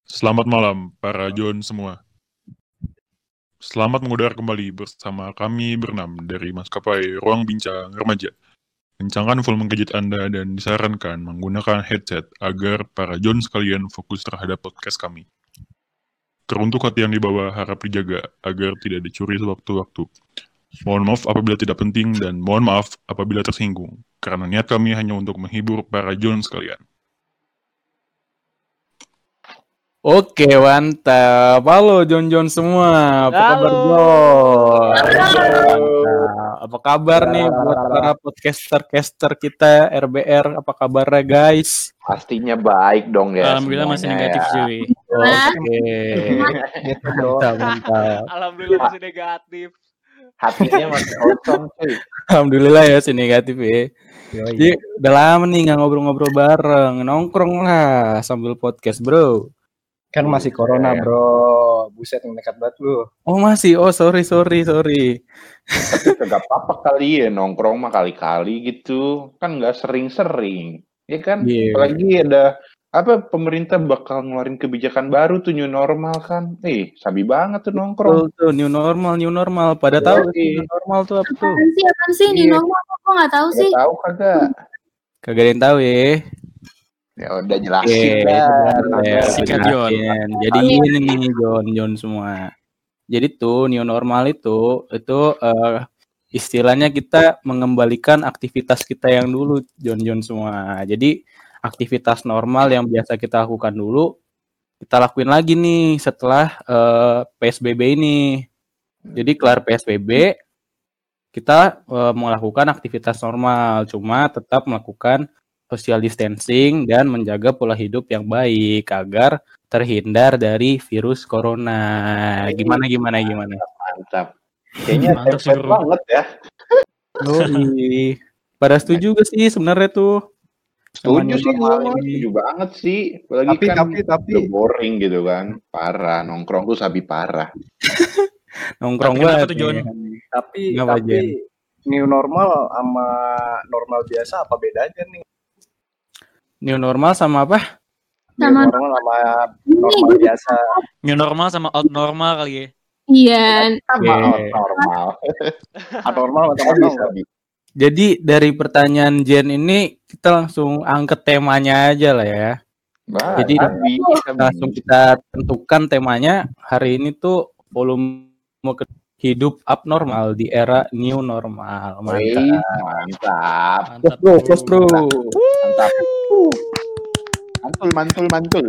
Selamat malam, para John semua. Selamat mengudara kembali bersama kami berenam dari maskapai Ruang Bincang Remaja. Kencangkan volume gadget Anda dan disarankan menggunakan headset agar para John sekalian fokus terhadap podcast kami. Teruntuk hati yang dibawa harap dijaga agar tidak dicuri sewaktu-waktu. Mohon maaf apabila tidak penting dan mohon maaf apabila tersinggung, karena niat kami hanya untuk menghibur para John sekalian. Oke, mantap. Halo Jon semua. Apa kabar, Jon? Mantap. Apa kabar nih buat para podcaster kita RBR? Apa kabarnya, guys? Pastinya baik dong ya. Alhamdulillah masih negatif ya. cuy. Oke. Mantap. Alhamdulillah masih negatif. Hatinya masih kosong cuy. Alhamdulillah ya si negatif ya. Jadi udah lama nih nggak ngobrol-ngobrol bareng, nongkrong lah sambil podcast, bro. Kan masih corona, bro. Buset, nekat banget lu. Oh masih, sorry. Tapi kagak apa-apa kali ya nongkrong mah kali-kali gitu. Kan nggak sering-sering. Ya kan? Iya. Apalagi ada pemerintah bakal ngeluarin kebijakan baru tuh new normal kan. Sabi banget tuh nongkrong. Tuh new normal. Pada tahu new normal tuh apa tuh? Apaan sih new normal? Kok nggak tahu sih? Tahu kagak? Kagak ada yang tahu ya. Ya udah jelasin dah. Sikat, Jon. Jadi gini nih Jon semua. Jadi tuh new normal itu istilahnya kita mengembalikan aktivitas kita yang dulu Jon semua. Jadi aktivitas normal yang biasa kita lakukan dulu kita lakuin lagi nih setelah PSBB ini. Jadi kelar PSBB kita melakukan aktivitas normal, cuma tetap melakukan social distancing dan menjaga pola hidup yang baik agar terhindar dari virus corona. Gimana? Mantap. Kayaknya Mantap sih, perfect bro. banget ya. Pada setuju gak sih sebenarnya tuh? Setuju sih, gue setuju banget sih. Apalagi Tapi udah boring gitu kan. Parah, nongkrong tuh sabi parah. Nongkrong Kenapa banget tuh, Jon? nih. Tapi Jen? new normal sama normal biasa apa bedanya nih? New normal sama apa? New normal sama normal biasa. New normal sama out normal kali ya. Iya. Sama normal. Abnormal atau Sabi. Jadi dari pertanyaan Jen ini kita langsung angkat temanya aja lah ya. Jadi langsung kita tentukan temanya hari ini tuh volume hidup abnormal di era new normal. Mantap. Close bro. Mantap. Mantul.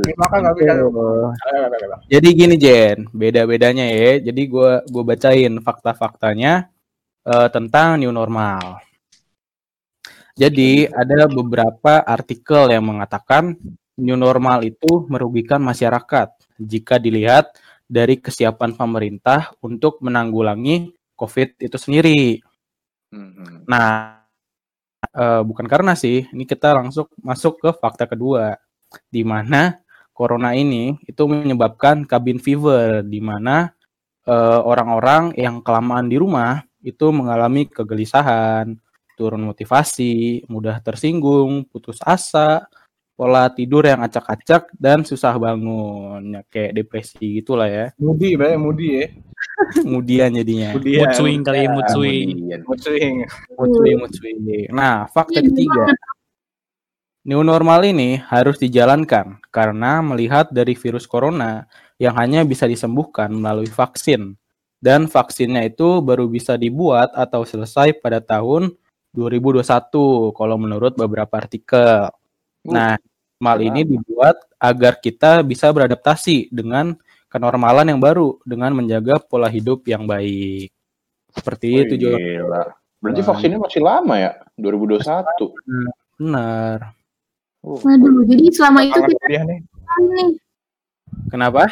Jadi gini Jen, beda-bedanya ya. Jadi gua bacain fakta-faktanya tentang new normal. Jadi ada beberapa artikel yang mengatakan new normal itu merugikan masyarakat jika dilihat dari kesiapan pemerintah untuk menanggulangi COVID itu sendiri. Nah, bukan karena sih, ini kita langsung masuk ke fakta kedua, di mana corona ini itu menyebabkan cabin fever, di mana orang-orang yang kelamaan di rumah itu mengalami kegelisahan, turun motivasi, mudah tersinggung, putus asa, pola tidur yang acak-acak dan susah bangun, ya, kayak depresi gitulah ya. Moody ya. Kemudian jadinya. Mood swing kali ya, mood swing. Nah, fakta ketiga. New normal ini harus dijalankan karena melihat dari virus corona yang hanya bisa disembuhkan melalui vaksin. Dan vaksinnya itu baru bisa dibuat atau selesai pada tahun 2021 kalau menurut beberapa artikel. Nah, mal ini dibuat agar kita bisa beradaptasi dengan kenormalan yang baru dengan menjaga pola hidup yang baik. Seperti itu juga. Berarti vaksinnya masih lama ya? 2021. Benar. Waduh, jadi selama itu kita nih. Kenapa?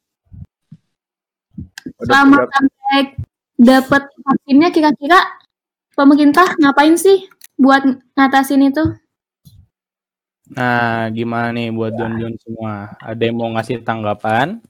Selama sampai dapat vaksinnya kira-kira pemerintah ngapain sih buat ngatasin itu? Nah, gimana nih buat Jon semua? Ada yang mau ngasih tanggapan?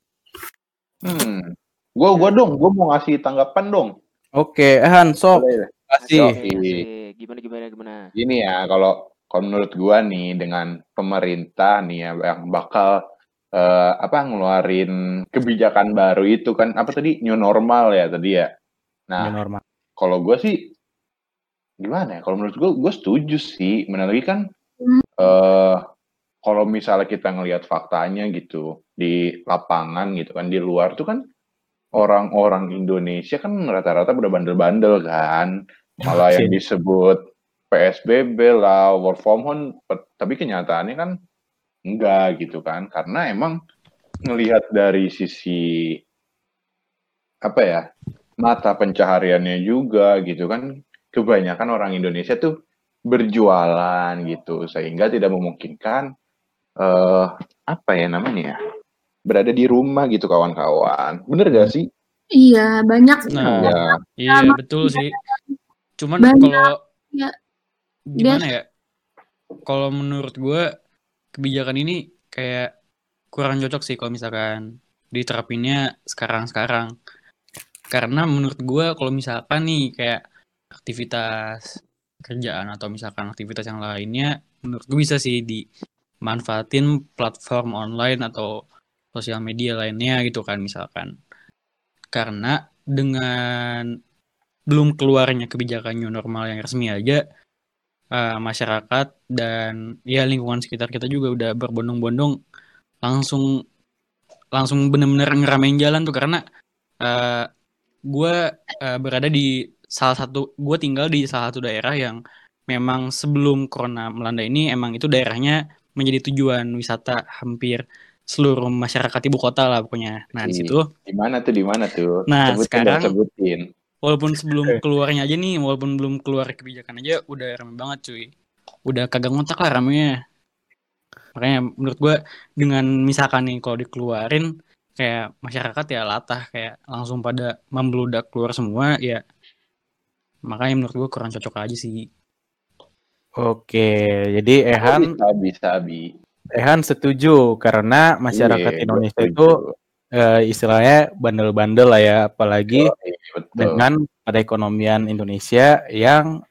Gue mau ngasih tanggapan dong. Oke, Han, sok. Kasih. Gimana? Gini ya, kalau menurut gue nih dengan pemerintah nih ya yang bakal ngeluarin kebijakan baru itu kan, apa tadi, new normal ya tadi ya. New Nah, normal. kalau gue sih gimana ya? Kalau menurut gue setuju sih. Benar lagi kan, kalau misalnya kita ngelihat faktanya gitu di lapangan gitu kan, di luar tuh kan orang-orang Indonesia kan rata-rata udah bandel-bandel kan, malah yang disebut PSBB lah, work from home, tapi kenyataannya kan enggak gitu kan, karena emang ngelihat dari sisi apa ya, mata pencahariannya juga gitu kan, kebanyakan orang Indonesia tuh berjualan gitu, sehingga tidak memungkinkan apa ya namanya ya, berada di rumah gitu kawan-kawan. Bener gak sih? Iya, banyak. Nah, iya betul sih. Cuman Banyak. kalau Ya. gimana ya? Kalau menurut gue kebijakan ini kayak kurang cocok sih kalau misalkan diterapinnya sekarang-sekarang. Karena menurut gue kalau misalkan nih kayak aktivitas kerjaan atau misalkan aktivitas yang lainnya, menurut gue bisa sih dimanfaatin platform online atau sosial media lainnya gitu kan misalkan. Karena dengan belum keluarnya kebijakan new normal yang resmi aja, masyarakat dan ya lingkungan sekitar kita juga udah berbondong-bondong langsung benar-benar ngeramein jalan tuh, karena gue gue tinggal di salah satu daerah yang memang sebelum corona melanda ini emang itu daerahnya menjadi tujuan wisata hampir seluruh masyarakat ibu kota lah pokoknya. Nah di situ. Di mana tuh? Nah sekarang sebutin. Walaupun sebelum keluarnya aja nih, walaupun belum keluar kebijakan aja udah rame banget cuy. Udah kagak ngotak lah ramenya. Makanya menurut gue dengan misalkan nih kalau dikeluarin kayak masyarakat ya latah, kayak langsung pada membludak keluar semua ya. Makanya menurut gue kurang cocok aja sih. Oke, jadi Ehan setuju karena masyarakat Indonesia itu istilahnya bandel-bandel lah ya, apalagi dengan perekonomian Indonesia yang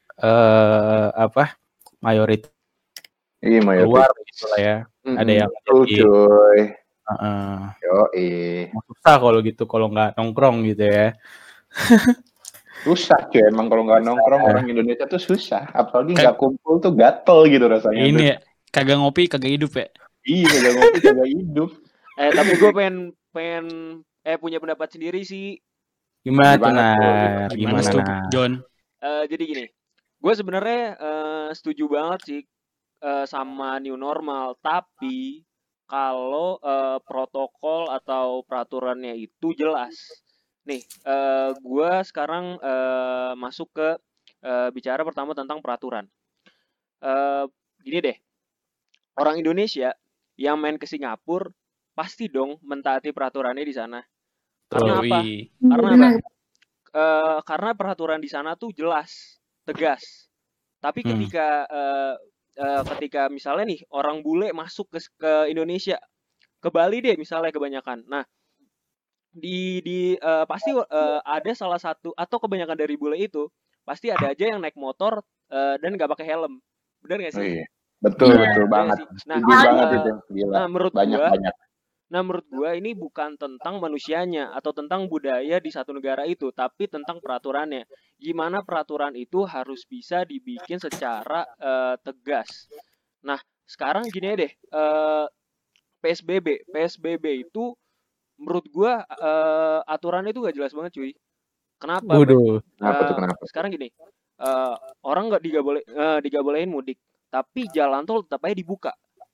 mayoritas keluar gitu lah ya. Ada yang jadi susah kalau gitu kalau nggak nongkrong gitu ya. Susah cuy, emang kalau nggak nongkrong orang Indonesia tuh susah, apalagi nggak kumpul tuh gatel gitu rasanya. Ini ya, kagak ngopi kagak hidup ya. Iya, kagak ngopi kagak hidup. Tapi gue pengen punya pendapat sendiri sih. Gimana tuh, John? Jadi gini, gue sebenarnya setuju banget sih sama new normal, tapi kalau protokol atau peraturannya itu jelas. Nih, gue sekarang masuk ke bicara pertama tentang peraturan. Gini deh, orang Indonesia yang main ke Singapura pasti dong mentaati peraturannya di sana. Karena apa? Karena peraturan di sana tuh jelas, tegas. Tapi ketika misalnya nih orang bule masuk ke Indonesia, ke Bali deh misalnya kebanyakan. Nah, pasti ada salah satu atau kebanyakan dari bule itu pasti ada aja yang naik motor dan nggak pakai helm. Benar nggak sih? Oh, iya. Betul banget. Nah, menurut gua ini bukan tentang manusianya atau tentang budaya di satu negara itu, tapi tentang peraturannya. Gimana peraturan itu harus bisa dibikin secara tegas. Nah, sekarang gini deh, PSBB itu menurut gua aturannya itu gak jelas banget cuy. Kenapa? Kenapa? Sekarang gini, orang nggak dibolehin mudik, tapi jalan tol tetap aja dibuka.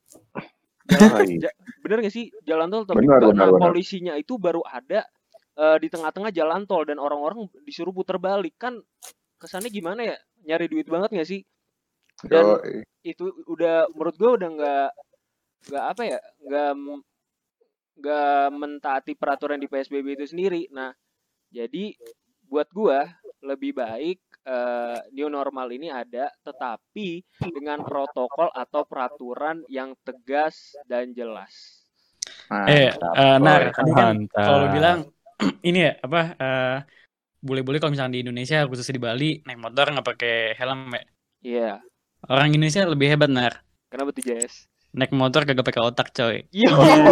Bener gak sih? Jalan tol tetap dibuka. Nah, polisinya itu baru ada di tengah-tengah jalan tol dan orang-orang disuruh putar balik. Kan kesannya gimana ya? Nyari duit banget gak sih? Dan itu udah menurut gue udah nggak mentaati peraturan di PSBB itu sendiri. Nah, jadi buat gue lebih baik new normal ini ada, tetapi dengan protokol atau peraturan yang tegas dan jelas. Tadi kan kalau bilang ini ya boleh-boleh kalau misalnya di Indonesia khususnya di Bali naik motor nggak pakai helm ya? Iya. Orang Indonesia lebih hebat, Nar. Kenapa tuh, Jess? naik motor kagak pakai otak coy. Yo.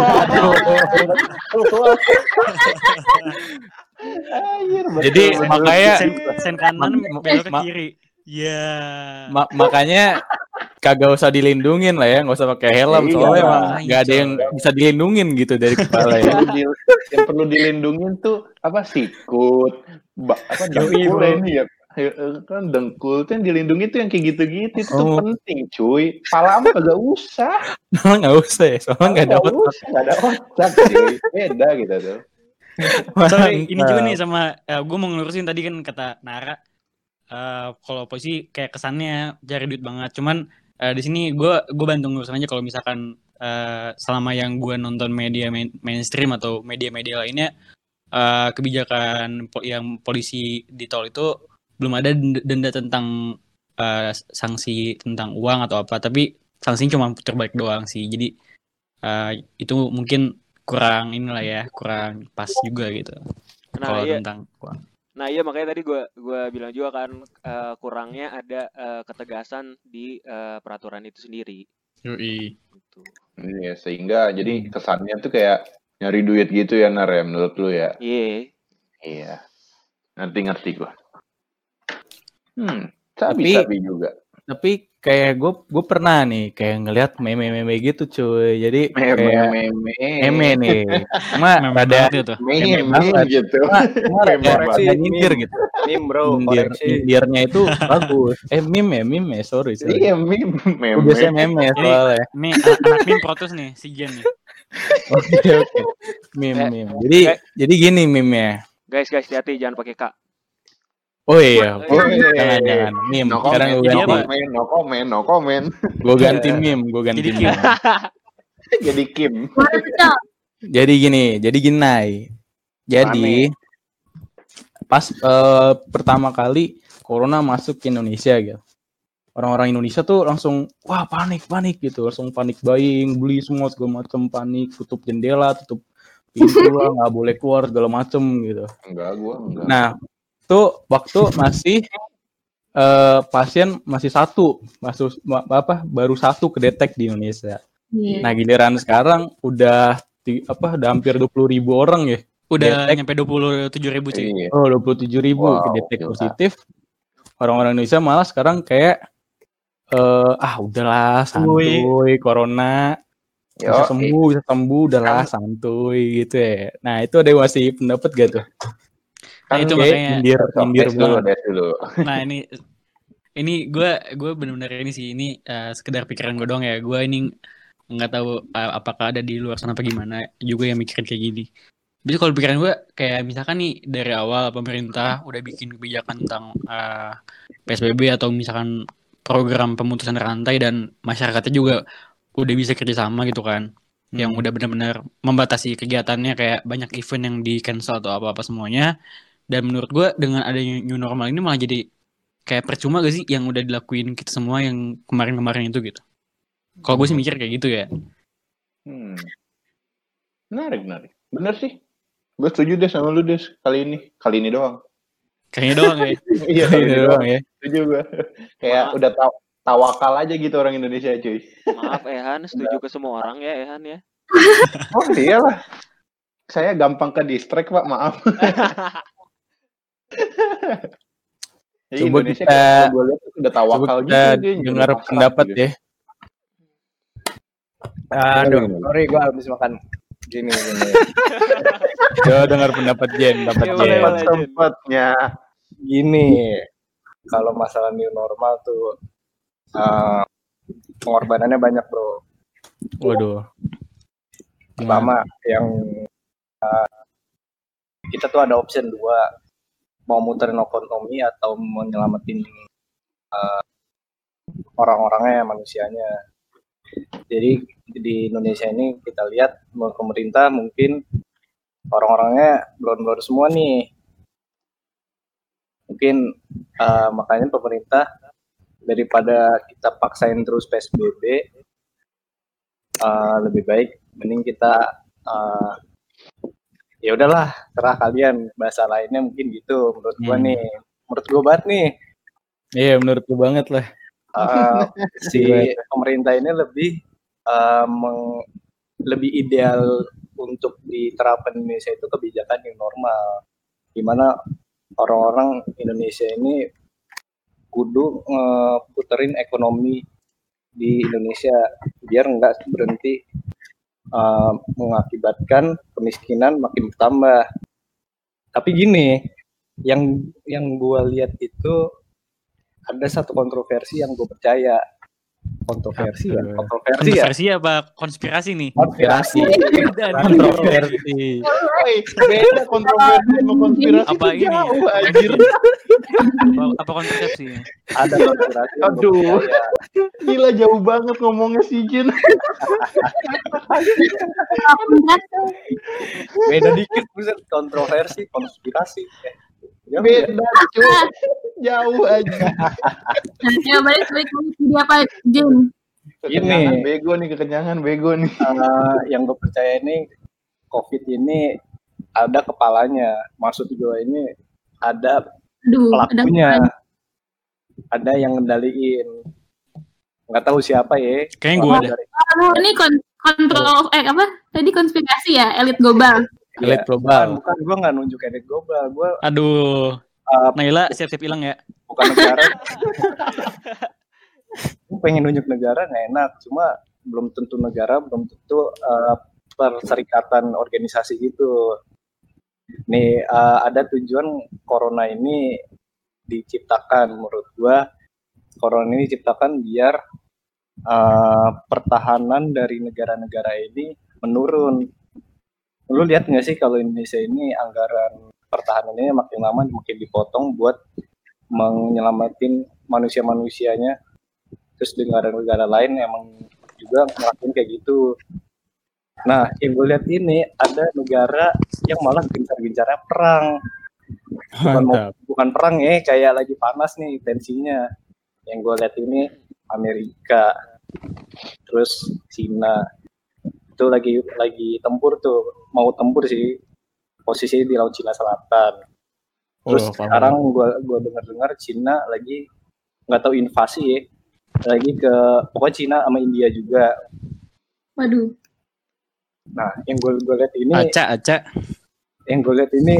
Jadi makanya sen kanan belok ke kiri. Ya. Makanya kagak usah dilindungin lah ya, nggak usah pakai helm Iya, soalnya emang makanya, nggak ada yang bisa dilindungin gitu dari kepala ya. Yang perlu dilindungin tuh apa sikut, apa dengkul ini ya. Kan dengkul tuh yang dilindungi tuh yang kayak gitu-gitu itu tuh penting cuy. Pala kagak usah. Nggak usah ya, soalnya nggak ada otak. Nggak ada otak cuy. Beda gitu tuh. Sorry, ini juga nih sama gue mau ngelurusin tadi kan kata Nara. Kalau polisi kayak kesannya cari duit banget. Cuman di sini gue bantu ngurusin aja kalau misalkan selama yang gue nonton media mainstream atau media-media lainnya kebijakan yang polisi di tol itu belum ada denda tentang sanksi tentang uang atau apa, tapi sanksinya cuma putar balik doang sih. Jadi itu mungkin kurang inilah ya, kurang pas juga gitu. Kalau tentang uang. Nah iya makanya tadi gue bilang juga kan kurangnya ada ketegasan di peraturan itu sendiri. Yoi. Gitu. Iya sehingga jadi kesannya tuh kayak nyari duit gitu ya Nar ya menurut lu ya. Iya. Ngerti gue. Sabi juga. Tapi kayak gue pernah nih kayak ngelihat meme gitu cuy. Jadi meme nih. Cuma rada meme gitu. Cuma rada nyindir gitu. Meme bro, nyindirnya itu bagus. Meme ya, sorry. Iya meme. Biasanya meme soalnya. Nih anak meme protes nih si Jen nih. Oke. Meme. Jadi gini meme-nya. Guys hati-hati jangan pakai K. Oh iya, jangan meme. Sekarang gue ganti. No comment. Gue ganti meme. Jadi Kim. Jadi gini, Nay. Jadi pas pertama kali corona masuk ke Indonesia gitu, orang-orang Indonesia tuh langsung wah panik gitu, langsung panik buying, beli semua segala macam, panik, tutup jendela, tutup pintu lah, nggak boleh keluar segala macem gitu. Enggak. Nah tuh waktu masih pasien masih baru satu kedetek di Indonesia. Nah giliran sekarang udah hampir 20.000 orang ya. Udah nyampe 27.000 sih. Oh 27.000 kedetek positif. Orang-orang Indonesia malah sekarang kayak udahlah santuy corona. Bisa sembuh udahlah santuy gitu ya. Nah itu ada masih pendapat gak tuh? Nah itu makanya nyindir dulu. Nah ini gue benar-benar ini sih, ini sekedar pikiran gue doang ya. Gue ini nggak tahu apakah ada di luar sana apa gimana juga yang mikirin kayak gini. Jadi kalau pikiran gue kayak misalkan nih dari awal pemerintah udah bikin kebijakan tentang PSBB atau misalkan program pemutusan rantai dan masyarakatnya juga udah bisa kerjasama gitu kan, yang udah benar-benar membatasi kegiatannya kayak banyak event yang di cancel atau apa-apa semuanya. Dan menurut gue dengan adanya new normal ini malah jadi kayak percuma gak sih yang udah dilakuin kita semua yang kemarin-kemarin itu gitu. Kalau gue sih mikir kayak gitu ya. Menarik. Bener sih. Gue setuju deh sama lu Des kali ini doang. Kayaknya doang ya. Iya kali ini doang ya. Setuju gue. Kayak udah tawakal aja gitu orang Indonesia cuy. Maaf Ehan, setuju ke semua orang ya Ehan ya. Oh iyalah. Saya gampang ke distract Pak, maaf. Coba kita udah tawakal gitu dengar pendapat gitu. Ya. Aduh, sorry gue habis makan gini. Coba dengar pendapat Jen, tempatnya. Gini, kalau masalah new normal tuh pengorbanannya banyak bro. Waduh. Pertama yang kita tuh ada option 2, mau muterin ekonomi atau mau nyelamatin orang-orangnya, manusianya. Jadi di Indonesia ini kita lihat pemerintah mungkin orang-orangnya blon-blon semua nih. Mungkin makanya pemerintah daripada kita paksain terus PSBB, lebih baik mending kita ya udahlah terah kalian, bahasa lainnya mungkin gitu menurut gua nih, menurut gua banget nih. Iya menurut gua banget lah. Si pemerintah ini lebih lebih ideal untuk diterapkan di Indonesia itu kebijakan new normal, di mana orang-orang Indonesia ini kudu puterin ekonomi di Indonesia biar nggak berhenti mengakibatkan kemiskinan makin bertambah. Tapi gini, yang gue lihat itu ada satu kontroversi yang gue percaya. Kontroversi apa konspirasi nih? Konspirasi. Kontroversi. Beda kontroversi sama konspirasi. Apa ini? Anjir. Apa konspirasi? Ada konspirasi. Aduh. Gila jauh banget ngomongnya si Jin. Beda dikit buset, kontroversi, konspirasi. Beda cuy. Jauh aja. Ya balik dia apa Jin? Kekenyangan bego nih. Yang gue percaya ini COVID ini ada kepalanya. Maksud gue ini ada pelakunya. Ada yang ngendaliin. Nggak tahu siapa ya. Kayaknya gue ada. Ini kontrol apa? Tadi konspirasi ya, elit global. Elit global. Bukan gue nggak nunjuk elit global. Gue aduh. Naila siap-siap hilang ya. Bukan negara. Gue pengen nunjuk negara nggak enak. Cuma belum tentu negara, belum tentu perserikatan organisasi gitu. Nih ada tujuan corona ini diciptakan, menurut gue corona ini diciptakan biar pertahanan dari negara-negara ini menurun. Lu lihat nggak sih kalau Indonesia ini anggaran pertahanannya makin lama makin dipotong buat menyelamatin manusia-manusianya. Terus negara-negara lain emang juga ngelakuin kayak gitu. Nah, yang gue lihat ini ada negara yang malah gencar-gencarnya perang. Bukan perang ya, kayak lagi panas nih tensinya. Yang gue lihat ini Amerika, terus Cina. Itu lagi tempur tuh, mau tempur sih. Posisi di Laut Cina Selatan. Terus sekarang gue dengar Cina lagi nggak tahu invasi ya, lagi ke pokoknya Cina sama India juga. Waduh. Nah, yang gue lihat ini. Acak. Yang gue lihat ini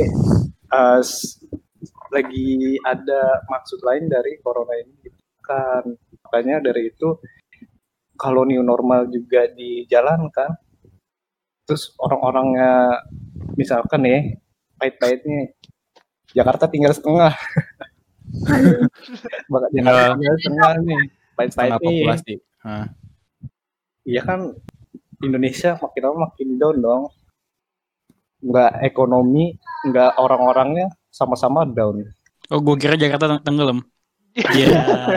lagi ada maksud lain dari corona ini kan. Makanya dari itu kalau new normal juga dijalankan, terus orang-orangnya misalkan nih pahit-pahitnya Jakarta tinggal setengah. Jakarta tinggal setengah nih. Pahit-pahitnya. Iya kan Indonesia makin lama makin down dong. Nggak ekonomi, nggak orang-orangnya sama-sama down. Oh, gue kira Jakarta tenggelam. Iya.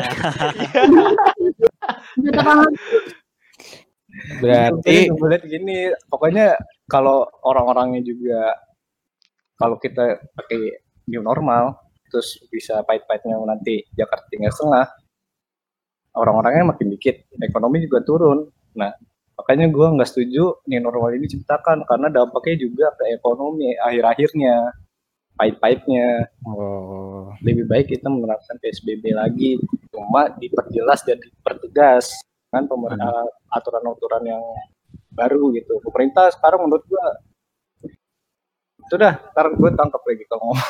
Berarti gue lihat gini, pokoknya kalau orang-orangnya juga, kalau kita pakai new normal, terus bisa pahit-pahitnya nanti Jakarta tinggal setengah, orang-orangnya makin dikit, ekonomi juga turun. Nah, makanya gue nggak setuju new normal ini diciptakan, karena dampaknya juga ke ekonomi akhir-akhirnya, pahit-pahitnya. Lebih baik kita menerapkan PSBB lagi, cuma diperjelas dan dipertegas kan aturan-aturan yang baru gitu. Pemerintah sekarang menurut gue sudah, ntar gue tangkap lagi kalau ngomong.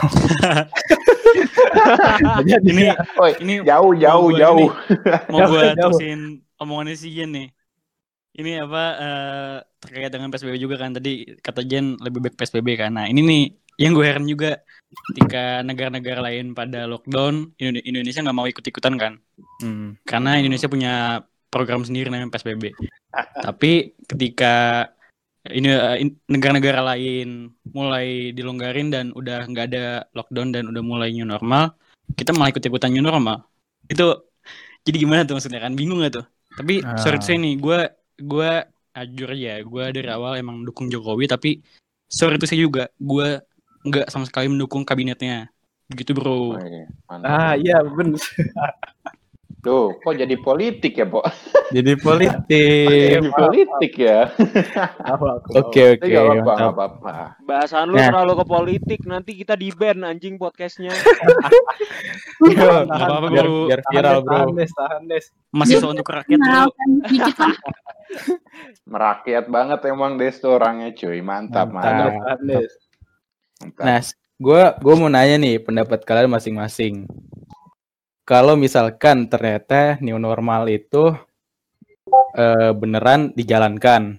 ini jauh. Mau gue terusin omongannya si Jen nih. Ini apa terkait dengan PSBB juga kan, tadi kata Jen lebih baik PSBB kan. Nah ini nih yang gue heran juga, ketika negara-negara lain pada lockdown, Indonesia nggak mau ikut-ikutan kan. Karena Indonesia punya program sendiri namanya PSBB. Tapi ketika ini negara-negara lain mulai dilonggarin dan udah nggak ada lockdown dan udah mulai new normal, kita malah ikut-ikutan new normal. Itu jadi gimana tuh maksudnya kan, bingung gak tuh? Tapi sorry to say nih, gue jujur aja, gue dari awal emang dukung Jokowi, tapi sorry to say juga, gue nggak sama sekali mendukung kabinetnya, gitu bro. Iya bener. Duh, kok jadi politik ya, Po? Jadi politik. Jadi politik ya. Oke, Tapi nggak mantap. apa-apa. Bahasan lu Nah. terlalu ke politik, nanti kita di-ban anjing podcastnya. Yo, Nggak apa-apa, biar, Bro. biar viral, bro. Tahan des. Masih untuk rakyat bro. Kenalkan dikit lah. Merakyat banget emang Des tuh orangnya, cuy. Mantap, Mantap. mantap. Tahan des. Mantap. Nah, gue mau nanya nih pendapat kalian masing-masing. Kalau misalkan ternyata new normal itu beneran dijalankan,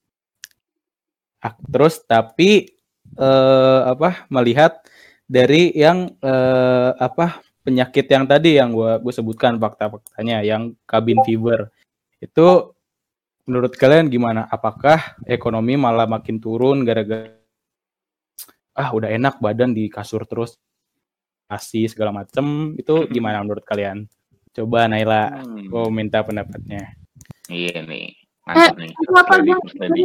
terus tapi melihat dari yang penyakit yang tadi yang gue sebutkan fakta-faktanya, yang cabin fever itu, menurut kalian gimana? Apakah ekonomi malah makin turun gara-gara udah enak badan di kasur terus, kasih segala macem, itu gimana menurut kalian? Coba Naila, gue minta pendapatnya. Iya nih, mantap nih. apa Tadi.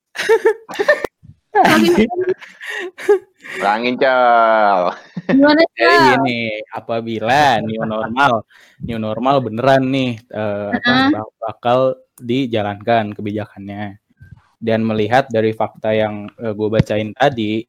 Ulangin, Cal. Gimana Jadi sih? gini, apabila new normal beneran nih bakal dijalankan kebijakannya, dan melihat dari fakta yang gue bacain tadi,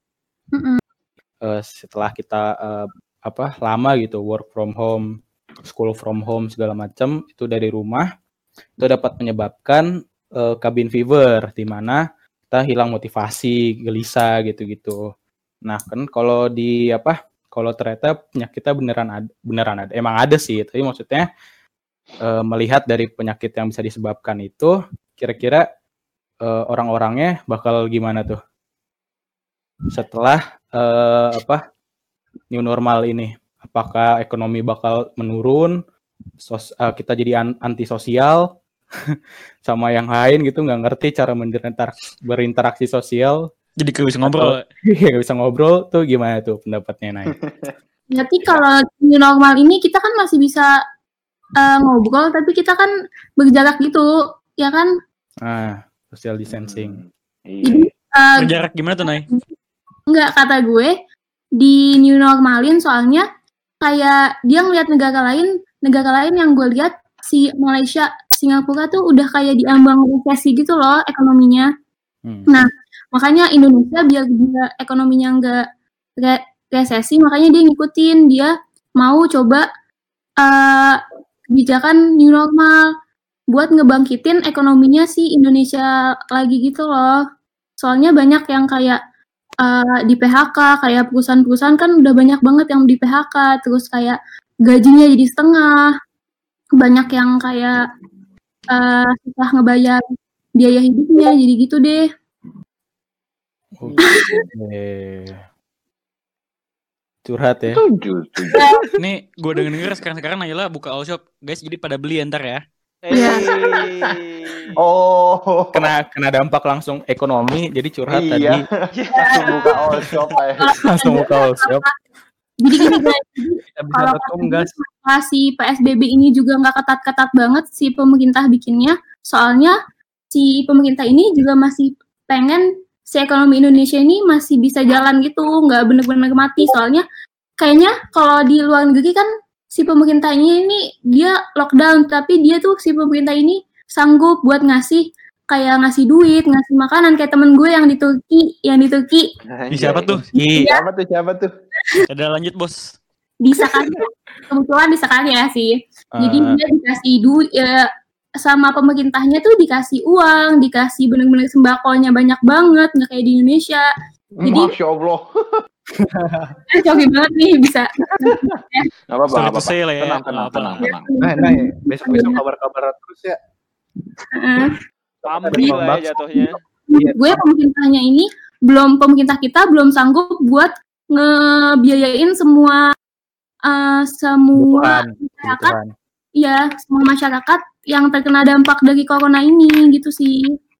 setelah kita lama gitu work from home, school from home segala macam itu dari rumah, itu dapat menyebabkan cabin fever, di mana kita hilang motivasi, gelisah gitu-gitu. Nah kan kalau ternyata penyakitnya beneran ada, emang ada sih, tapi maksudnya melihat dari penyakit yang bisa disebabkan itu, kira-kira orang-orangnya bakal gimana tuh setelah new normal ini? Apakah ekonomi bakal menurun, kita jadi antisosial sama yang lain gitu, nggak ngerti cara berinteraksi sosial, Jadi gak bisa ngobrol. nggak bisa ngobrol tuh, gimana tuh pendapatnya Nay? Berarti kalau new normal ini kita kan masih bisa ngobrol, tapi kita kan berjarak gitu, ya kan? Social distancing. Jadi Berjarak gimana tuh, Nay? enggak, kata gue di new normalin, soalnya kayak dia ngeliat negara lain yang gue lihat, si Malaysia, Singapura tuh udah kayak diambang resesi gitu loh ekonominya. Nah, makanya Indonesia biar ekonominya enggak resesi, makanya dia ngikutin, dia mau coba kebijakan new normal buat ngebangkitin ekonominya si Indonesia lagi gitu loh. Soalnya banyak yang kayak di PHK, kayak perusahaan-perusahaan kan udah banyak banget yang di PHK, terus kayak gajinya jadi setengah, banyak yang kayak susah ngebayar biaya hidupnya, jadi gitu deh. Curhat ya. Nih gue denger sekarang Naila buka all shop, guys, jadi pada beli ntar ya. Oh, kena dampak langsung ekonomi, jadi curhat tadi. Langsung buka all shop aja. Langsung buka all shop. Jadi gini guys, kalau si PSBB ini juga nggak ketat-ketat banget si pemerintah bikinnya, soalnya si pemerintah ini juga masih pengen si ekonomi Indonesia ini masih bisa jalan gitu, nggak bener-bener mati. Soalnya kayaknya kalau di luar negeri kan si pemerintahnya ini dia lockdown, tapi dia tuh si pemerintah ini sanggup buat ngasih duit, ngasih makanan, kayak temen gue yang di Turki. Siapa tuh? Siapa tuh? Ada lanjut, Bos. Di Sakarya, kebetulan di Sakarya sih. Jadi dia dikasih duit sama pemerintahnya tuh, dikasih uang, dikasih bener-bener sembakonya banyak banget, nggak kayak di Indonesia. Jadi Masya Allah. coba banget nih bisa. Nggak apa-apa. Lah ya. Tenang. Nah, besok kabar terus ya. Pamri lah ya jatuhnya. Gue pemerintah kita belum sanggup buat ngebiayain semua masyarakat, ya semua masyarakat yang terkena dampak dari corona ini gitu sih.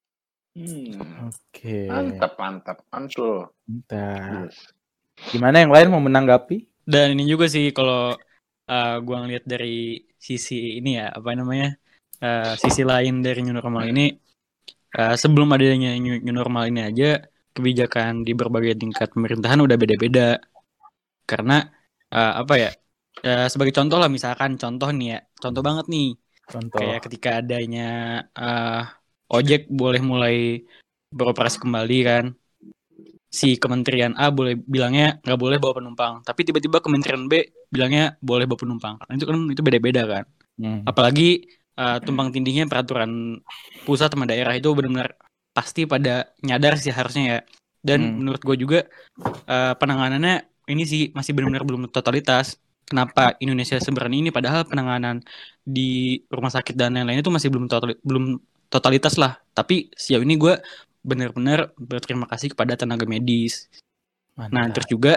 Oke. Mantap. Mantul. Gimana yang lain mau menanggapi? Dan ini juga sih kalau gue ngeliat dari sisi ini ya, sisi lain dari new normal ini, sebelum adanya new normal ini aja, kebijakan di berbagai tingkat pemerintahan udah beda-beda. Karena sebagai contoh lah, misalkan contoh nih ya, contoh banget nih. Contoh. Kayak ketika adanya ojek boleh mulai beroperasi kembali kan. Si Kementerian A bilangnya nggak boleh bawa penumpang, tapi tiba-tiba Kementerian B bilangnya boleh bawa penumpang. Nah, itu beda-beda kan. Apalagi tumpang tindihnya peraturan pusat sama daerah itu benar-benar pasti pada nyadar sih harusnya ya. Dan menurut gue juga penanganannya ini sih masih benar-benar belum totalitas. Kenapa Indonesia seberani ini padahal penanganan di rumah sakit dan lain-lain itu masih belum totalitas lah. Tapi sejauh ini gue benar-benar berterima kasih kepada tenaga medis. Mantap. Nah, terus juga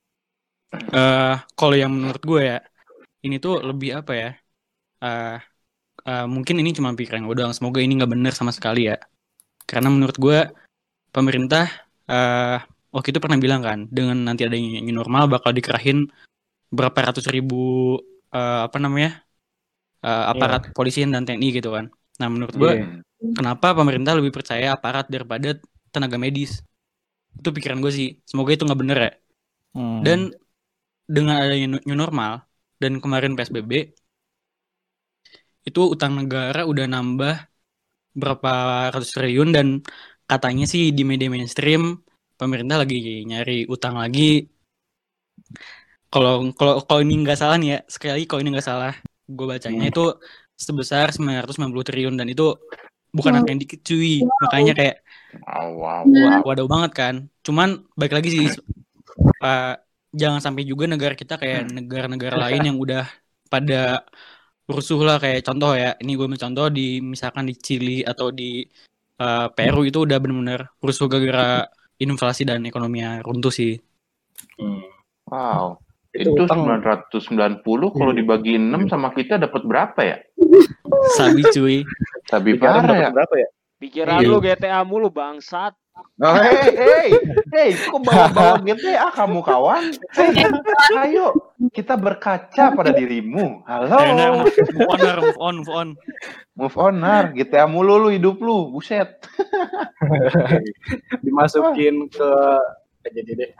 kalau yang menurut gue ya, ini tuh lebih apa ya? Mungkin ini cuma pikiran gue doang. Semoga ini nggak benar sama sekali ya. Karena menurut gue pemerintah waktu itu pernah bilang kan, dengan nanti adanya new normal bakal dikerahin berapa ratus ribu aparat polisian dan TNI gitu kan. Nah, menurut gue kenapa pemerintah lebih percaya aparat daripada tenaga medis? Itu pikiran gue sih. Semoga itu nggak bener ya. Dan dengan adanya new normal dan kemarin PSBB, itu utang negara udah nambah berapa ratus triliun dan katanya sih di media mainstream pemerintah lagi nyari utang lagi. Kalau ini nggak salah nih ya, sekali lagi kalau ini nggak salah, gue bacanya itu sebesar 990 triliun dan itu bukan angka yang dikit cuy. Makanya kayak waduh banget kan. Cuman balik lagi sih jangan sampai juga negara kita kayak negara-negara lain yang udah pada rusuh lah, kayak contoh ya. Ini gue mencontoh misalkan di Chili atau di Peru itu udah benar-benar rusuh gara-gara inflasi dan ekonominya runtuh sih. Wow. Itu 990 kalau dibagi 6 sama kita dapat berapa ya? Sabi cuy. Sabi parah ya. Berapa ya? Pikiran lu GTA mulu bangsat. Oh, hey, kok bawa GTA kamu kawan? Ayo, kita berkaca pada dirimu. Halo. Move on, Nar. GTA mulu lu hidup lu, buset. Dimasukin ke jadi deh.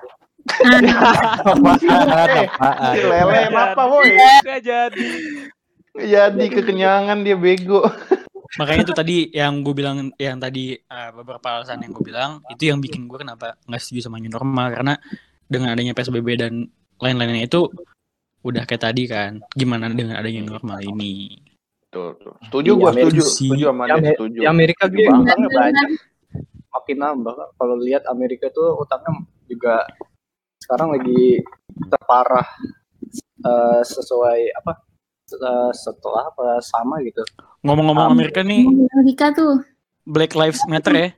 Lele apa boy? Gak jadi kekenyangan dia bego. Makanya itu tadi yang gue bilang, yang tadi beberapa alasan yang gue bilang itu yang bikin gue kenapa nggak setuju sama new normal, karena dengan adanya PSBB dan lain-lainnya itu udah kayak tadi kan, gimana dengan adanya new normal ini. Tuh. Setuju sama dia, setuju. Di Amerika gitu banyak makin nambah. Kalau lihat Amerika tuh utangnya juga sekarang lagi terparah sesuai apa setelah apa sama gitu. Ngomong-ngomong Amerika nih, Amerika tuh Black Lives Matter ya.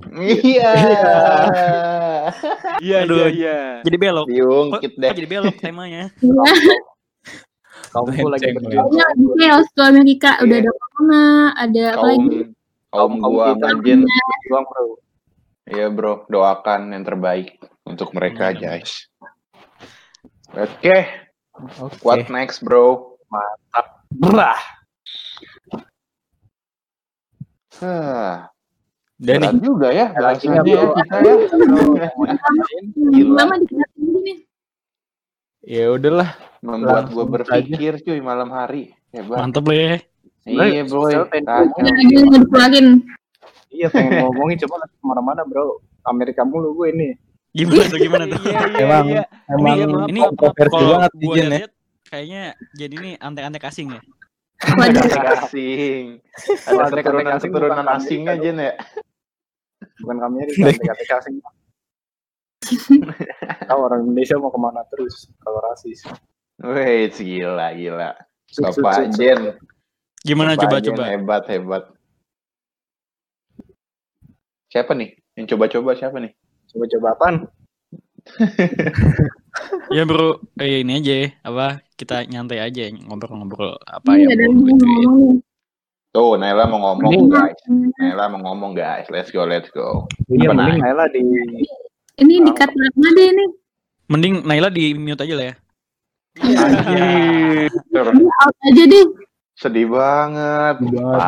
Iya. Jadi belok. Diungkit deh. Jadi belok temanya. Kamu lagi berjuang ke Amerika, udah ada corona, ada apa lagi? Kaum gua anjir. Iya bro, doakan yang terbaik untuk mereka guys. Oke. What next bro? Mantap. Brah. Berat juga ya bahasannya ya kita ya. Lama dikasih nih. Ya udahlah, membuat gue berpikir cuy malam hari. Hebat. Mantep lah ya. Iya bro. Iya pengen ngomongin coba kemana-mana bro. Amerika mulu gue ini. Gimana tuh? Emang ini kontroversi banget di Jen ya. Kayaknya jadi ini antek-antek asing ya. Asing. Ada keturunan asingnya Jen ya. Bukan kami antek asing. Tahu orang Indonesia mau kemana terus kalau rasis. Wih, gila. Bapak Jen. Gimana Bapak coba? Jen, hebat. Siapa nih? Yang coba-coba siapa nih? Coba-coba apaan? Ya bro, ini aja apa, kita nyantai aja ngobrol-ngobrol apa ya. Tuh, Naila mau ngomong guys. Let's go. Iya, mending Naila di ini di-cut lama deh ini. Mending Naila di mute aja lah ya. Out aja deh. Sedih banget.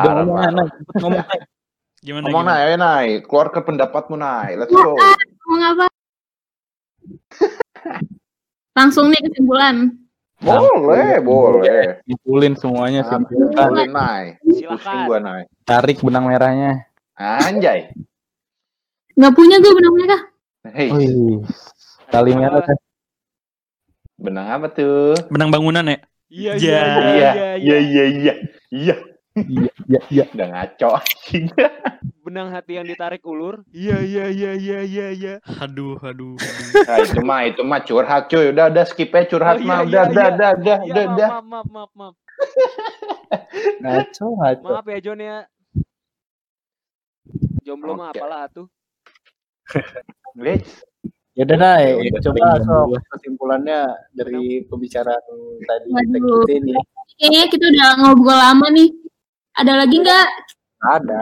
Ngomong Nay. Keluarkan pendapatmu, Nay. Let's go. Ngomong apa? Langsung nih kesimpulan. Boleh. Simpulin semuanya, simpulkan. Boleh, Nay. Silakan. Pusing gua, Nay. Tarik benang merahnya. Anjay. Nggak punya gue benang merah. Hei, Wih, tali merah kan. benang apa tuh? Benang bangunan ya? Iya. Iya. Udah ngaco. Benang hati yang ditarik ulur. Iya. Aduh. Nah, itu mah curhat cuy. Udah skip aja curhat mah. Udah. Maaf. Ngaco. Maaf ya John ya. Jomblo mah Oke. apalah tuh. Guys, Ya udah Nay, Ya udah, Coba sok kesimpulannya dari pembicaraan tadi Waduh. kita ini. Kayaknya kita udah ngobrol lama nih. Ada lagi nggak? Ada.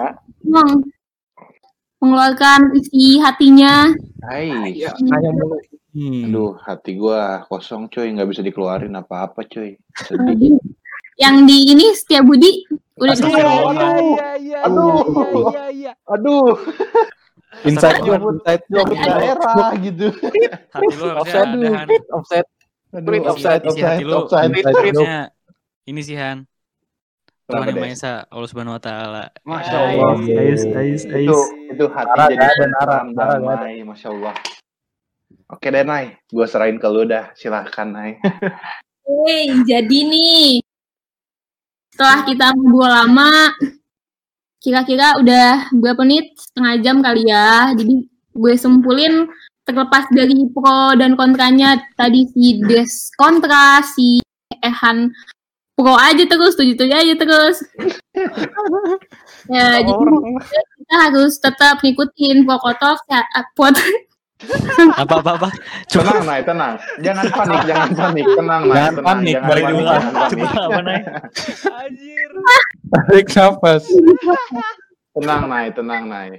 Mengeluarkan isi hatinya. hai. Nanya mulu. Aduh, hati gua kosong cuy, nggak bisa dikeluarin apa-apa cuy. Sedih. Yang di ini Setia Budi udah Iya. Aduh. Inside joke Daerah gitu. Hati lu harusnya ada Han. Offset. Isi hati lu. Harusnya ini sih Han. Tuhan Kenapa, yang Des? Maha Esa, Allah Subhanahu wa taala. Masya Allah. Itu hati Nara, jadi nggak ada, tenang, Nara, damai, Masya Allah. Oke deh, Nay. Gue serahin ke lu dah. Silahkan, Nay. jadi nih setelah kita ngobrol lama, kira-kira udah berapa menit? Setengah jam kali ya. Jadi gue simpulin terlepas dari pro dan kontranya tadi si Des kontra, si Ehan pro aja terus, setuju aja terus. Ya, jadi kita harus tetap ngikutin protokol Apa? Tenang, Nay, tenang. Jangan panik. Tenang, Nay. Jangan panik, balik dulu. Coba apa Nay? Anjir. Tarik nafas. Tenang, Nay.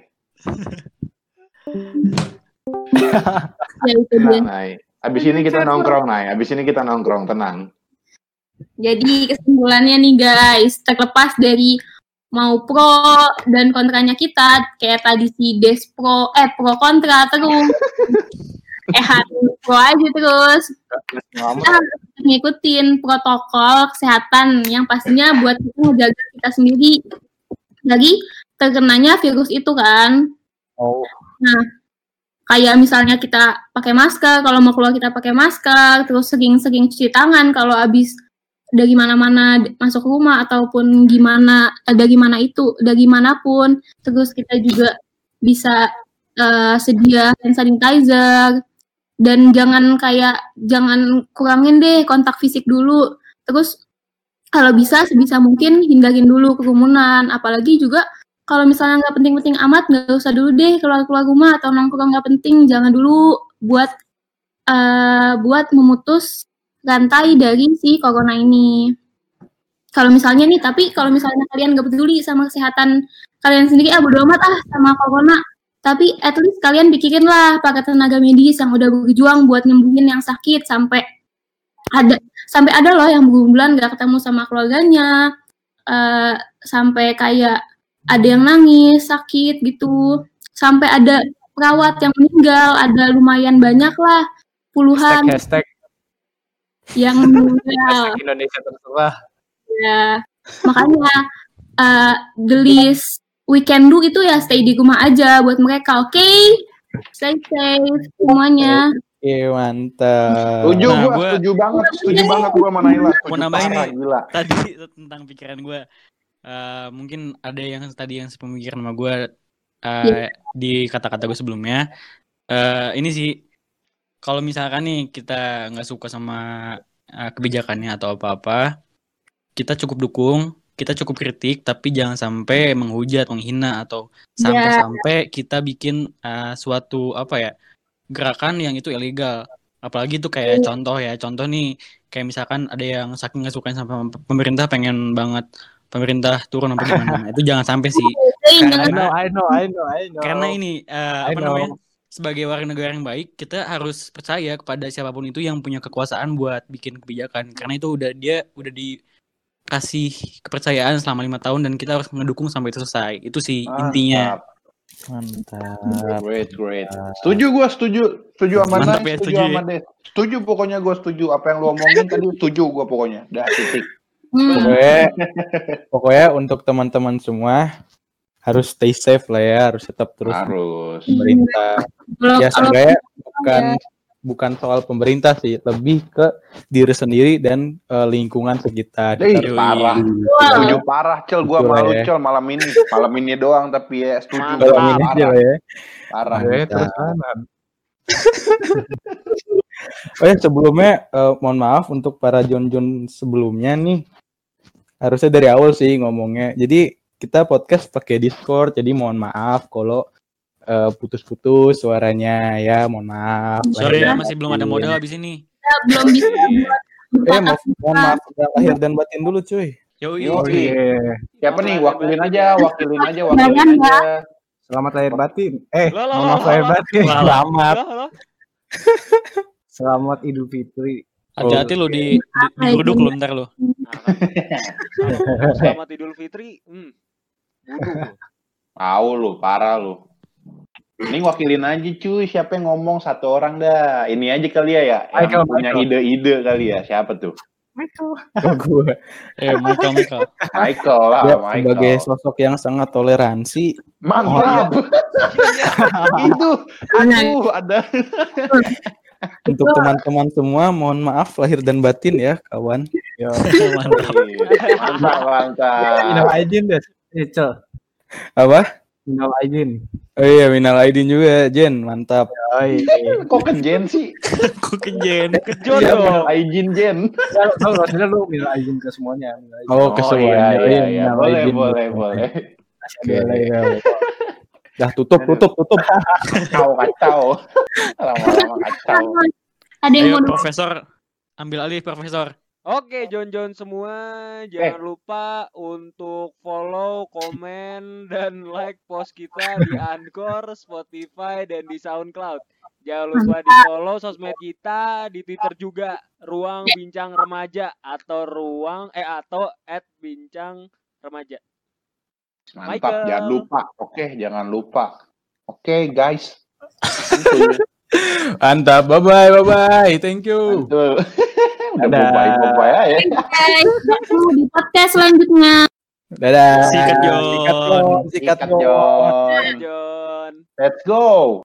Ya itu dia. Nay. Abis ini kita nongkrong, tenang. Jadi kesimpulannya nih guys, terlepas dari mau pro dan kontranya kita, kayak tadi si Des pro kontra terus, pro aja terus. Kita harus ngikutin protokol kesehatan yang pastinya buat kita menjaga kita sendiri dari terkenanya virus itu kan. Nah, kayak misalnya kita pakai masker, kalau mau keluar kita pakai masker, terus sering-sering cuci tangan kalau habis dari mana-mana masuk rumah ataupun dari manapun. Terus kita juga bisa sedia hand sanitizer dan jangan kurangin deh kontak fisik dulu. Terus kalau bisa sebisa mungkin hindarin dulu kerumunan, apalagi juga kalau misalnya nggak penting-penting amat, nggak usah dulu deh keluar rumah atau nongkrong nggak penting, jangan dulu buat memutus rantai dari si corona ini. Kalau misalnya kalian nggak peduli sama kesehatan kalian sendiri, bodo amat sama corona. Tapi at least kalian pikirin lah para tenaga medis yang udah berjuang buat nyembuhin yang sakit sampai ada loh yang berbulan nggak ketemu sama keluarganya, sampai kayak ada yang nangis sakit gitu, sampai ada perawat yang meninggal, ada lumayan banyak lah, puluhan. Hashtag Yang meninggal. Indonesia terserah. Ya, makanya the least we can do itu ya stay di rumah aja buat mereka, oke? Stay safe semuanya. Oke, mantap. Setuju banget gua sama Naila. Mau nambahin nih, Gila. tadi tentang pikiran gue. Mungkin ada yang tadi yang sepemikiran sama gue di kata-kata gue sebelumnya. Ini sih, kalau misalkan nih kita nggak suka sama kebijakannya atau apa-apa, kita cukup dukung, kita cukup kritik, tapi jangan sampai menghujat, menghina, atau sampai kita bikin suatu gerakan yang itu ilegal. Apalagi itu kayak contoh nih, kayak misalkan ada yang saking nggak suka sama pemerintah, pengen banget pemerintah turun apa gimana. Itu jangan sampai sih. I know. Karena ini sebagai warga negara yang baik, kita harus percaya kepada siapapun itu yang punya kekuasaan buat bikin kebijakan. Karena itu udah dikasih kepercayaan selama 5 tahun dan kita harus mendukung sampai itu selesai. Itu sih intinya. Mantap. Great. Setuju gue, setuju sama Mantap Nay, ya, setuju setuju sama Des. Setuju pokoknya gue setuju. Apa yang lu omongin tadi setuju gue pokoknya. Dah titik. Pokoknya untuk teman-teman semua harus stay safe lah ya, harus tetap terus Harus. pemerintah. Ya seenggaknya bukan soal pemerintah sih, lebih ke diri sendiri dan lingkungan sekitar. Parah. Setuju parah, Cel. Gua malu, ya. Cel, malam ini doang tapi ya setuju Malam ini aja lah ya. Parah. Terus kanan. Oh ya, sebelumnya mohon maaf untuk para Jon sebelumnya nih. Harusnya dari awal sih ngomongnya. Jadi kita podcast pakai Discord, jadi mohon maaf kalau putus-putus suaranya ya, mohon maaf. Sorry ya, masih belum ada modal abis ini. Belum bisa buat mohon maaf lahir dan batin dulu cuy. Yoi. Siapa nih? Wakilin aja. Selamat lahir batin. Maaf lahir batin. Selamat. Selamat Idul Fitri. Hati-hati lo di geruduk lo ntar lo. Selamat Idul Fitri. Tahu lu, parah lu. Ini wakilin aja cuy, siapa yang ngomong satu orang dah. Ini aja kali ya, yang punya ide-ide kali ya. Siapa tuh? Michael. Michael lah, ya, Michael. Sebagai sosok yang sangat toleransi. Mantap. Itu, ada. Untuk teman-teman semua, mohon maaf lahir dan batin ya, kawan. Mantap. Minal aidin deh. Cel. Apa? Minal aidin. Oh iya, minal aidin juga, Jen. Mantap. Kok ke Jen sih? Kok ke Jen? Jon dong. Aidin Jen. Kalau maksudnya lu minal aidin ke semuanya. Oh, ke semuanya. Iya. Boleh. Dah tutup. Kacau. Lama-lama kacau. Ada yang Ayo, mau Profesor. Ambil alih, Profesor. Oke, Jon semua, jangan lupa untuk follow, komen, dan like post kita di Anchor, Spotify, dan di SoundCloud. Jangan lupa di follow sosmed kita, di Twitter juga, Ruang Bincang Remaja atau @bincang-remaja. Mantap, jangan lupa. Jangan lupa. Oke, guys. Mantap, bye-bye. Thank you. Udah bye-bye ya. di podcast selanjutnya. Dadah. Sikat, Jon. Sikat, Jon. Jon. Let's go.